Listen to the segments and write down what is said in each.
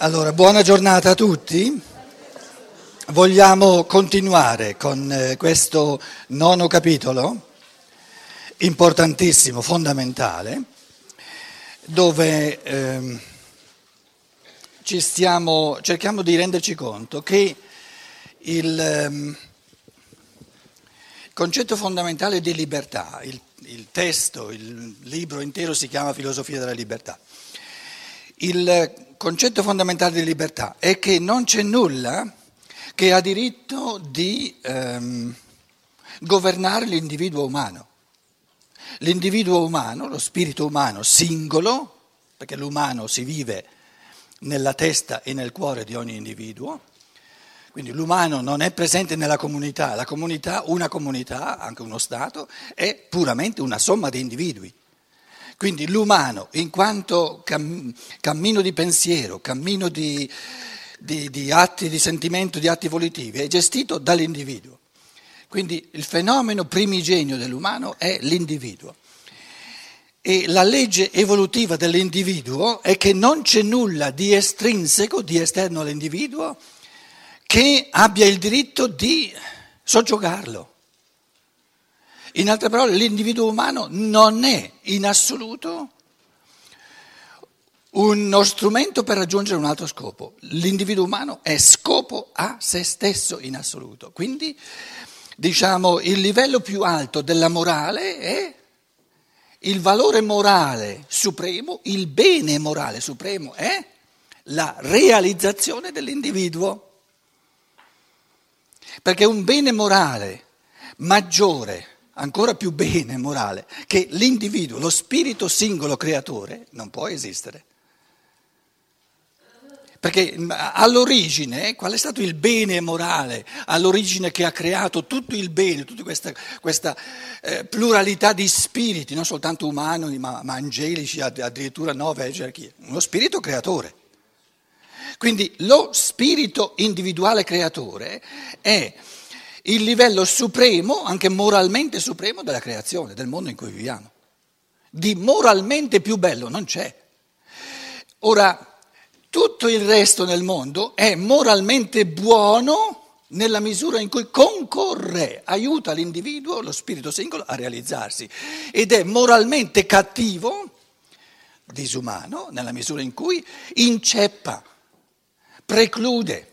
Allora, buona giornata a tutti. Vogliamo continuare con questo nono capitolo, importantissimo, fondamentale, dove cerchiamo di renderci conto che il concetto fondamentale di libertà, il testo, il libro intero si chiama Filosofia della libertà. Il concetto fondamentale di libertà è che non c'è nulla che ha diritto di governare l'individuo umano. L'individuo umano, lo spirito umano singolo, perché l'umano si vive nella testa e nel cuore di ogni individuo, quindi l'umano non è presente nella comunità, la comunità, una comunità, anche uno Stato, è puramente una somma di individui. Quindi l'umano, in quanto cammino di pensiero, cammino di atti di sentimento, di atti volitivi, è gestito dall'individuo. Quindi il fenomeno primigenio dell'umano è l'individuo. E la legge evolutiva dell'individuo è che non c'è nulla di estrinseco, di esterno all'individuo, che abbia il diritto di soggiogarlo. In altre parole, l'individuo umano non è in assoluto uno strumento per raggiungere un altro scopo. L'individuo umano è scopo a se stesso in assoluto. Quindi, diciamo, il livello più alto della morale è il valore morale supremo, il bene morale supremo è la realizzazione dell'individuo. Perché un bene morale maggiore, ancora più bene morale, che l'individuo, lo spirito singolo creatore, non può esistere. Perché all'origine, qual è stato il bene morale, all'origine che ha creato tutto il bene, tutta questa pluralità di spiriti, non soltanto umani, ma angelici, addirittura 9 gerarchie, uno spirito creatore. Quindi lo spirito individuale creatore è il livello supremo, anche moralmente supremo, della creazione, del mondo in cui viviamo. Di moralmente più bello non c'è. Ora, tutto il resto nel mondo è moralmente buono nella misura in cui concorre, aiuta l'individuo, lo spirito singolo, a realizzarsi. Ed è moralmente cattivo, disumano, nella misura in cui inceppa, preclude,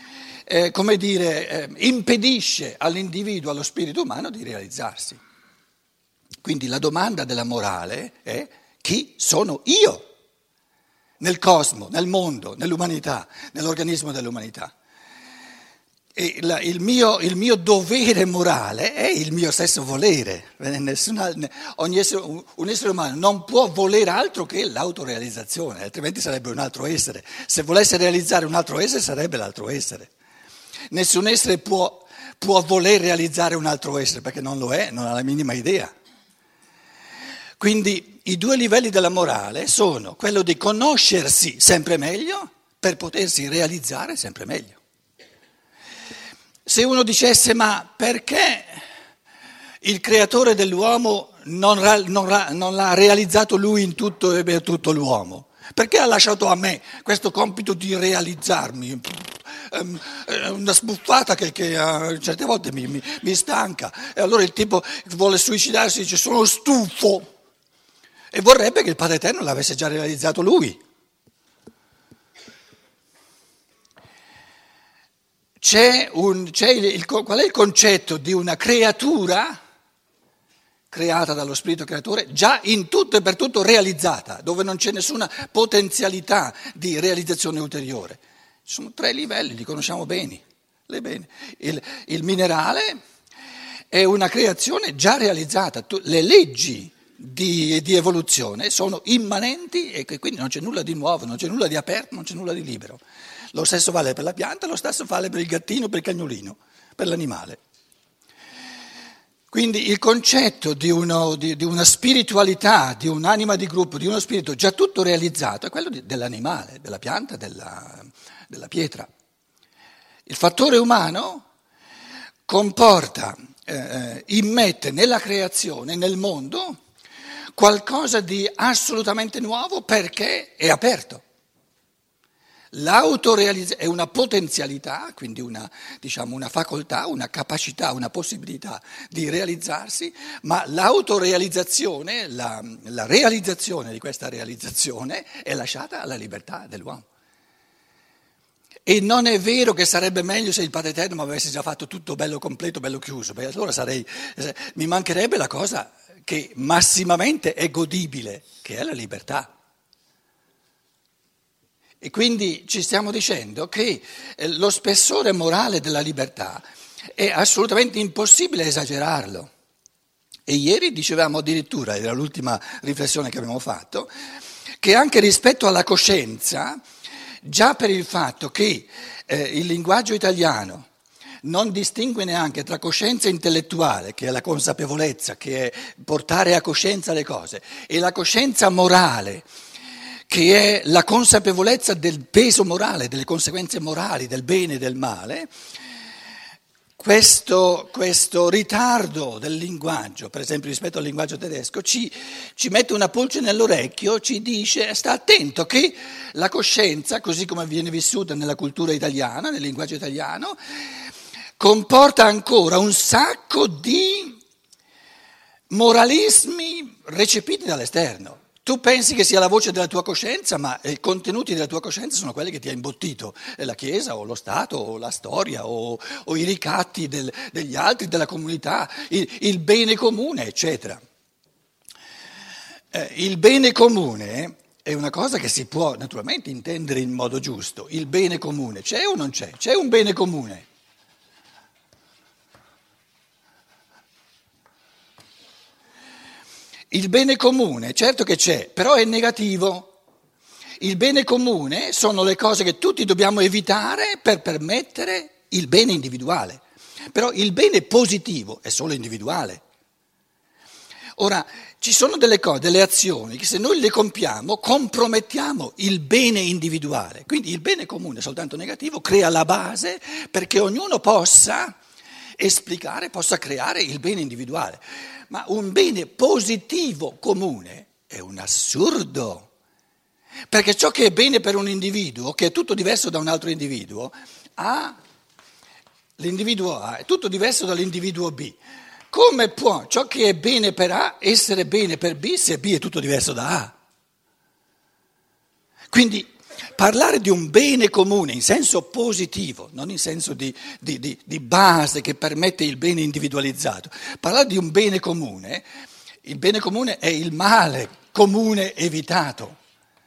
impedisce all'individuo, allo spirito umano di realizzarsi. Quindi la domanda della morale è: chi sono io nel cosmo, nel mondo, nell'umanità, nell'organismo dell'umanità? E il mio dovere morale è il mio stesso volere. Un essere umano non può volere altro che l'autorealizzazione, altrimenti sarebbe un altro essere. Se volesse realizzare un altro essere sarebbe l'altro essere. Nessun essere può voler realizzare un altro essere, perché non lo è, non ha la minima idea. Quindi i due livelli della morale sono quello di conoscersi sempre meglio per potersi realizzare sempre meglio. Se uno dicesse: ma perché il creatore dell'uomo non l'ha realizzato lui in tutto e per tutto l'uomo? Perché ha lasciato a me questo compito di realizzarmi? È una sbuffata che certe volte mi stanca. E allora il tipo vuole suicidarsi, dice: sono stufo. E vorrebbe che il Padre Eterno l'avesse già realizzato lui. Qual è il concetto di una creatura creata dallo Spirito Creatore, già in tutto e per tutto realizzata, dove non c'è nessuna potenzialità di realizzazione ulteriore? Ci sono 3 livelli, li conosciamo bene. Il minerale è una creazione già realizzata, le leggi di evoluzione sono immanenti e quindi non c'è nulla di nuovo, non c'è nulla di aperto, non c'è nulla di libero. Lo stesso vale per la pianta, lo stesso vale per il gattino, per il cagnolino, per l'animale. Quindi il concetto di una spiritualità, di un'anima di gruppo, di uno spirito già tutto realizzato è quello dell'animale, della pianta, della pietra. Il fattore umano immette nella creazione, nel mondo, qualcosa di assolutamente nuovo perché è aperto. È una potenzialità, quindi una facoltà, una capacità, una possibilità di realizzarsi, ma l'autorealizzazione, la realizzazione di questa realizzazione è lasciata alla libertà dell'uomo. E non è vero che sarebbe meglio se il Padre Eterno mi avesse già fatto tutto bello completo, bello chiuso, perché allora mi mancherebbe la cosa che massimamente è godibile, che è la libertà. E quindi ci stiamo dicendo che lo spessore morale della libertà è assolutamente impossibile esagerarlo. E ieri dicevamo addirittura, era l'ultima riflessione che abbiamo fatto, che anche rispetto alla coscienza, già per il fatto che il linguaggio italiano non distingue neanche tra coscienza intellettuale, che è la consapevolezza, che è portare a coscienza le cose, e la coscienza morale, che è la consapevolezza del peso morale, delle conseguenze morali, del bene e del male. Questo ritardo del linguaggio, per esempio rispetto al linguaggio tedesco, ci mette una pulce nell'orecchio, ci dice sta attento che la coscienza, così come viene vissuta nella cultura italiana, nel linguaggio italiano, comporta ancora un sacco di moralismi recepiti dall'esterno. Tu pensi che sia la voce della tua coscienza, ma i contenuti della tua coscienza sono quelli che ti ha imbottito la Chiesa o lo Stato o la storia o i ricatti degli altri, della comunità, il bene comune, eccetera. Il bene comune è una cosa che si può naturalmente intendere in modo giusto. Il bene comune c'è o non c'è? C'è un bene comune. Il bene comune, certo che c'è, però è negativo. Il bene comune sono le cose che tutti dobbiamo evitare per permettere il bene individuale. Però il bene positivo è solo individuale. Ora, ci sono delle cose, delle azioni che se noi le compiamo compromettiamo il bene individuale. Quindi il bene comune, soltanto negativo, crea la base perché ognuno possa esplicare, possa creare il bene individuale. Ma un bene positivo comune è un assurdo, perché ciò che è bene per un individuo, che è tutto diverso da un altro individuo, l'individuo A è tutto diverso dall'individuo B. Come può ciò che è bene per A essere bene per B se B è tutto diverso da A? Quindi parlare di un bene comune in senso positivo, non in senso di base che permette il bene individualizzato, parlare di un bene comune, il bene comune è il male comune evitato.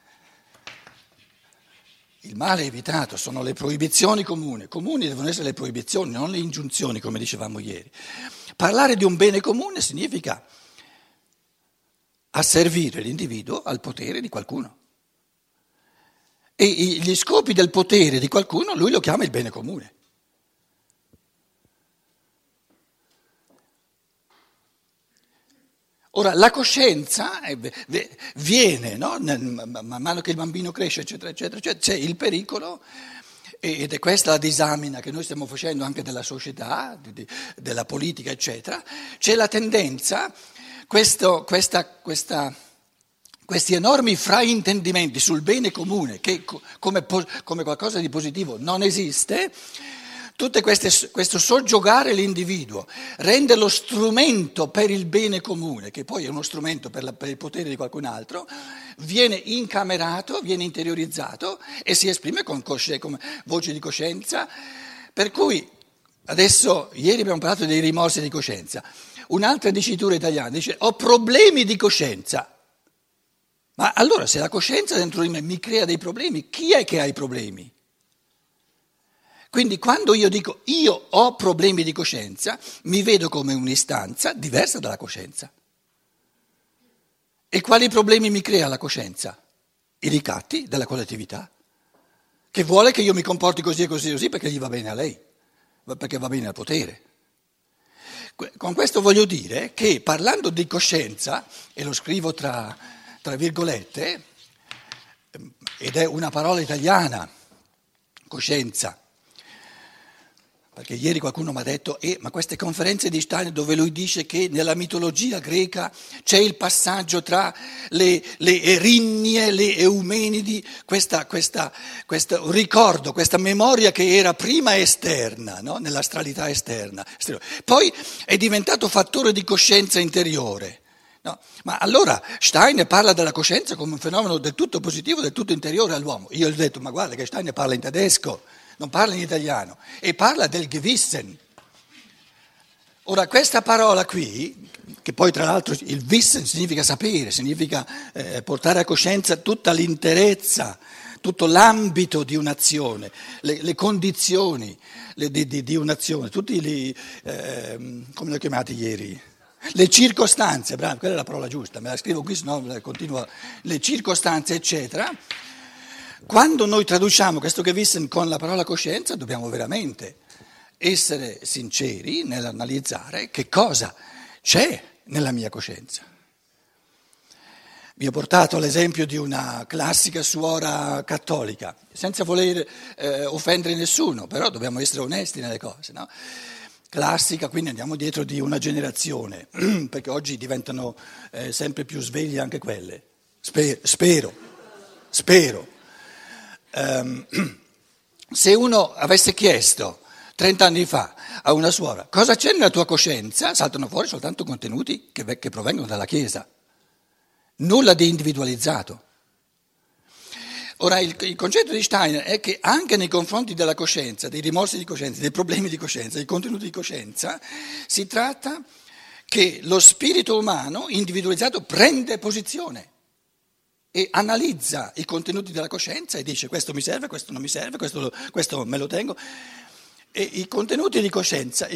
Il male evitato sono le proibizioni comuni devono essere le proibizioni, non le ingiunzioni come dicevamo ieri. Parlare di un bene comune significa asservire l'individuo al potere di qualcuno. E gli scopi del potere di qualcuno lui lo chiama il bene comune. Ora, la coscienza viene, no? Man mano che il bambino cresce, eccetera, eccetera, eccetera, c'è il pericolo, ed è questa la disamina che noi stiamo facendo anche della società, della politica, eccetera, c'è la tendenza, questi enormi fraintendimenti sul bene comune, che come qualcosa di positivo non esiste, questo soggiogare l'individuo, renderlo strumento per il bene comune, che poi è uno strumento per il potere di qualcun altro, viene incamerato, viene interiorizzato e si esprime come voce di coscienza. Per cui adesso, ieri abbiamo parlato dei rimorsi di coscienza, un'altra dicitura italiana dice ho problemi di coscienza. Ma allora se la coscienza dentro di me mi crea dei problemi, chi è che ha i problemi? Quindi quando io dico io ho problemi di coscienza, mi vedo come un'istanza diversa dalla coscienza. E quali problemi mi crea la coscienza? I ricatti della collettività, che vuole che io mi comporti così e così e così perché gli va bene a lei, perché va bene al potere. Con questo voglio dire che parlando di coscienza, e lo scrivo tra virgolette, ed è una parola italiana, coscienza, Perché ieri qualcuno mi ha detto, ma queste conferenze di Steiner dove lui dice che nella mitologia greca c'è il passaggio tra le Erinnie, le Eumenidi, questo ricordo, questa memoria che era prima esterna, no? Nell'astralità esterna, poi è diventato fattore di coscienza interiore. No? Ma allora Steiner parla della coscienza come un fenomeno del tutto positivo, del tutto interiore all'uomo. Io gli ho detto, ma guarda che Steiner parla in tedesco. Non parla in italiano e parla del Gewissen. Ora questa parola qui, che poi tra l'altro il Wissen significa sapere, significa portare a coscienza tutta l'interezza, tutto l'ambito di un'azione, le condizioni di un'azione, tutti come le ho chiamate ieri? Le circostanze, bravo, quella è la parola giusta, me la scrivo qui, sennò continuo, le circostanze eccetera. Quando noi traduciamo questo Gewissen con la parola coscienza dobbiamo veramente essere sinceri nell'analizzare che cosa c'è nella mia coscienza. Vi ho portato l'esempio di una classica suora cattolica, senza voler offendere nessuno, però dobbiamo essere onesti nelle cose, no? Classica, quindi andiamo dietro di una generazione, perché oggi diventano sempre più sveglie anche quelle, spero. Se uno avesse chiesto 30 anni fa a una suora cosa c'è nella tua coscienza, saltano fuori soltanto contenuti che provengono dalla Chiesa, nulla di individualizzato. Ora il concetto di Steiner è che anche nei confronti della coscienza, dei rimorsi di coscienza, dei problemi di coscienza, dei contenuti di coscienza, si tratta che lo spirito umano individualizzato prende posizione e analizza i contenuti della coscienza e dice questo mi serve, questo non mi serve, questo me lo tengo. E i contenuti di coscienza,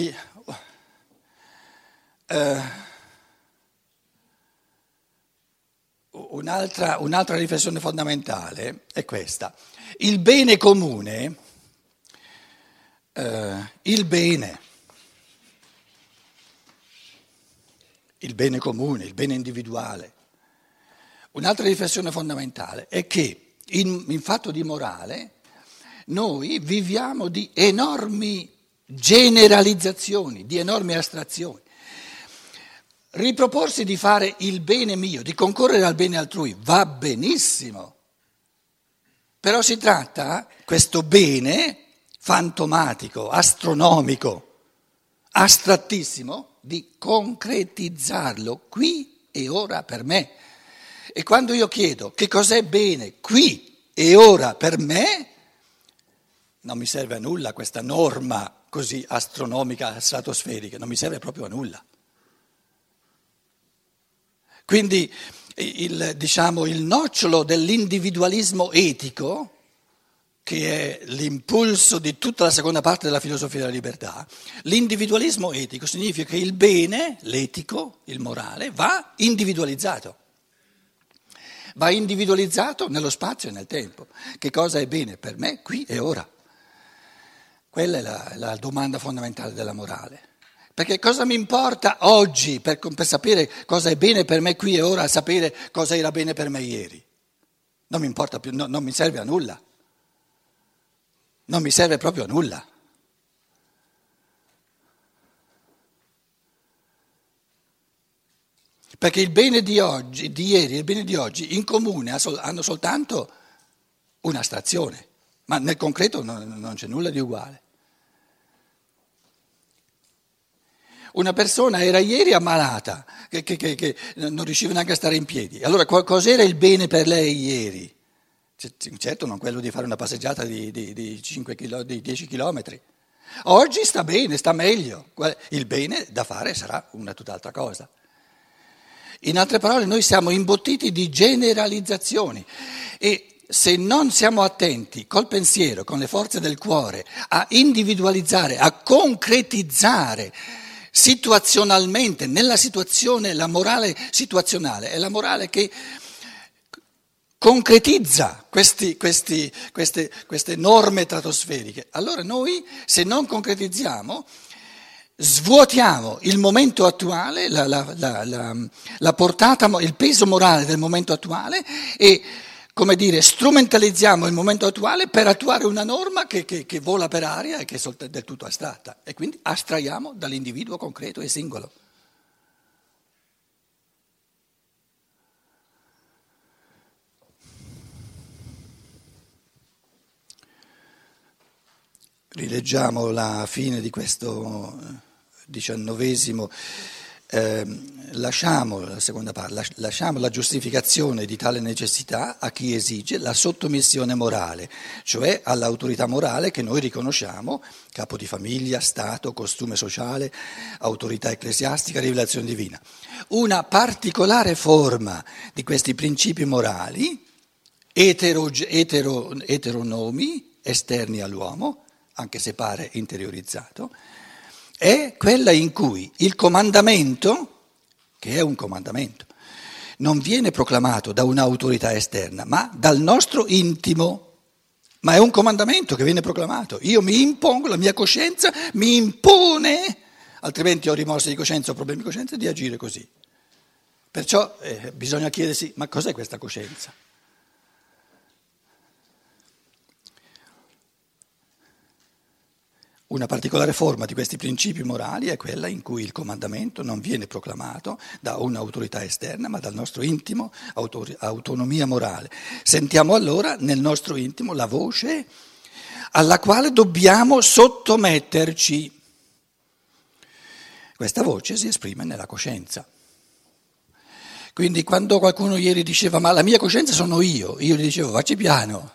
un'altra riflessione fondamentale è questa. Il bene comune, il bene comune, il bene individuale. Un'altra riflessione fondamentale è che in fatto di morale noi viviamo di enormi generalizzazioni, di enormi astrazioni. Riproporsi di fare il bene mio, di concorrere al bene altrui, va benissimo, però si tratta, questo bene fantomatico, astronomico, astrattissimo, di concretizzarlo qui e ora per me. E quando io chiedo che cos'è bene qui e ora per me, non mi serve a nulla questa norma così astronomica, stratosferica, non mi serve proprio a nulla. Quindi il nocciolo dell'individualismo etico, che è l'impulso di tutta la seconda parte della filosofia della libertà, l'individualismo etico significa che il bene, l'etico, il morale, va individualizzato. Va individualizzato nello spazio e nel tempo. Che cosa è bene per me qui e ora? Quella è la domanda fondamentale della morale. Perché cosa mi importa oggi per sapere cosa è bene per me qui e ora, sapere cosa era bene per me ieri? Non mi importa più, non mi serve a nulla. Non mi serve proprio a nulla. Perché il bene di oggi, di ieri e il bene di oggi in comune hanno soltanto un'astrazione, ma nel concreto non c'è nulla di uguale. Una persona era ieri ammalata, che non riusciva neanche a stare in piedi. Allora cos'era il bene per lei ieri? Certo non quello di fare una passeggiata di 10 chilometri. Oggi sta bene, sta meglio. Il bene da fare sarà una tutt'altra cosa. In altre parole, noi siamo imbottiti di generalizzazioni e se non siamo attenti col pensiero, con le forze del cuore, a individualizzare, a concretizzare situazionalmente, nella situazione, la morale situazionale è la morale che concretizza queste norme stratosferiche. Allora noi, se non concretizziamo, svuotiamo il momento attuale, la portata, il peso morale del momento attuale e come dire, strumentalizziamo il momento attuale per attuare una norma che vola per aria e che è del tutto astratta, e quindi astraiamo dall'individuo concreto e singolo. Rileggiamo la fine di questo 19°, lasciamo la seconda parte, lasciamo la giustificazione di tale necessità a chi esige la sottomissione morale, cioè all'autorità morale che noi riconosciamo, capo di famiglia, Stato, costume sociale, autorità ecclesiastica, rivelazione divina. Una particolare forma di questi principi morali, eteronomi, esterni all'uomo, anche se pare interiorizzato, è quella in cui il comandamento, che è un comandamento, non viene proclamato da un'autorità esterna, ma dal nostro intimo. Ma è un comandamento che viene proclamato. Io mi impongo, la mia coscienza mi impone, altrimenti ho rimorsi di coscienza o problemi di coscienza, di agire così. Perciò bisogna chiedersi, ma cos'è questa coscienza? Una particolare forma di questi principi morali è quella in cui il comandamento non viene proclamato da un'autorità esterna, ma dal nostro intimo autonomia morale. Sentiamo allora nel nostro intimo la voce alla quale dobbiamo sottometterci. Questa voce si esprime nella coscienza. Quindi quando qualcuno ieri diceva ma la mia coscienza sono io gli dicevo vacci piano.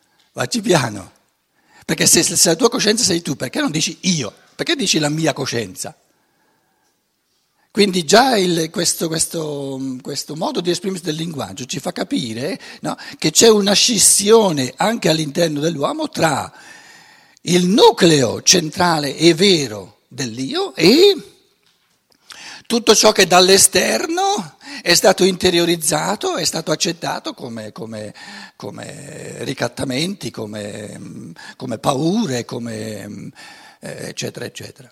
Perché se la tua coscienza sei tu, perché non dici io? Perché dici la mia coscienza? Quindi già questo modo di esprimersi del linguaggio ci fa capire, no, che c'è una scissione anche all'interno dell'uomo tra il nucleo centrale e vero dell'io e tutto ciò che dall'esterno è stato interiorizzato, è stato accettato come ricattamenti, come paure, eccetera, eccetera.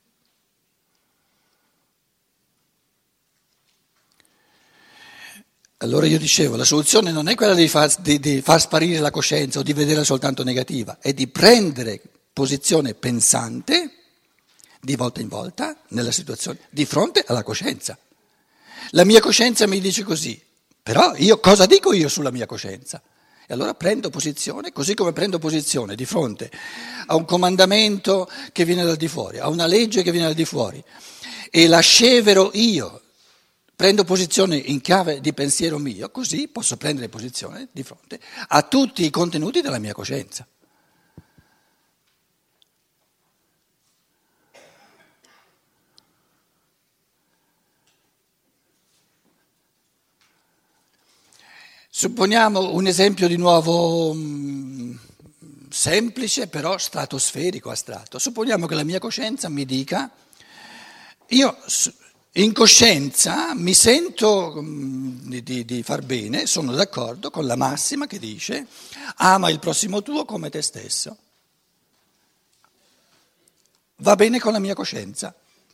Allora io dicevo, la soluzione non è quella di far sparire la coscienza o di vederla soltanto negativa, è di prendere posizione pensante di volta in volta nella situazione di fronte alla coscienza. La mia coscienza mi dice così, però cosa dico io sulla mia coscienza? E allora prendo posizione, così come prendo posizione di fronte a un comandamento che viene dal di fuori, a una legge che viene dal di fuori, e la scevero io, prendo posizione in chiave di pensiero mio, così posso prendere posizione di fronte a tutti i contenuti della mia coscienza. Supponiamo un esempio di nuovo semplice, però stratosferico, astratto. Supponiamo che la mia coscienza mi dica, io in coscienza mi sento di far bene, sono d'accordo con la massima che dice ama il prossimo tuo come te stesso. Va bene con la mia coscienza.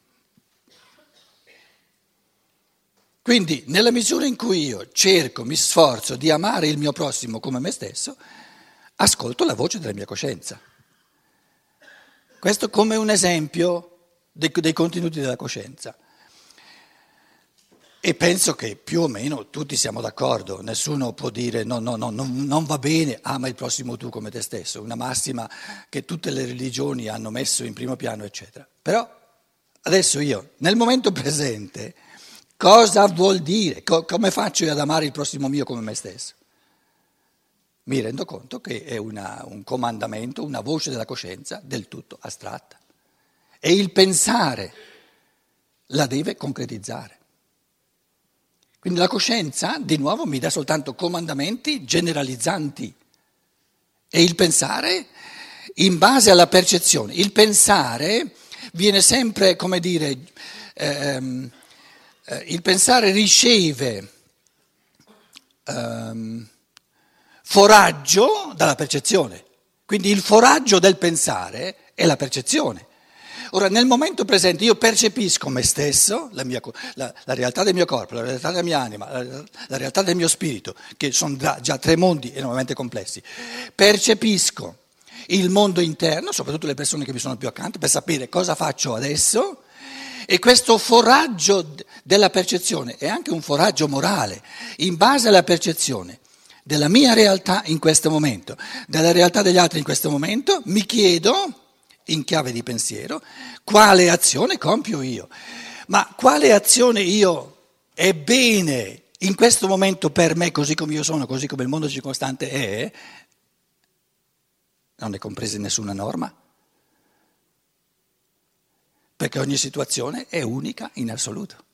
Quindi nella misura in cui io cerco, mi sforzo di amare il mio prossimo come me stesso, ascolto la voce della mia coscienza. Questo come un esempio dei contenuti della coscienza. E penso che più o meno tutti siamo d'accordo, nessuno può dire no, non va bene, ama il prossimo tu come te stesso, una massima che tutte le religioni hanno messo in primo piano, eccetera. Però adesso io, nel momento presente, cosa vuol dire? Come faccio io ad amare il prossimo mio come me stesso? Mi rendo conto che è un comandamento, una voce della coscienza del tutto astratta. E il pensare la deve concretizzare. Quindi la coscienza, di nuovo, mi dà soltanto comandamenti generalizzanti. E il pensare in base alla percezione. Il pensare viene sempre, come dire, il pensare riceve foraggio dalla percezione, quindi il foraggio del pensare è la percezione. Ora, nel momento presente io percepisco me stesso, la realtà del mio corpo, la realtà della mia anima, la realtà del mio spirito, che sono già tre mondi enormemente complessi. Percepisco il mondo interno, soprattutto le persone che mi sono più accanto, per sapere cosa faccio adesso. E questo foraggio della percezione è anche un foraggio morale, in base alla percezione della mia realtà in questo momento, della realtà degli altri in questo momento, mi chiedo, in chiave di pensiero, quale azione compio io. Ma quale azione io è bene in questo momento per me, così come io sono, così come il mondo circostante è, non è compresa in nessuna norma. Perché ogni situazione è unica in assoluto.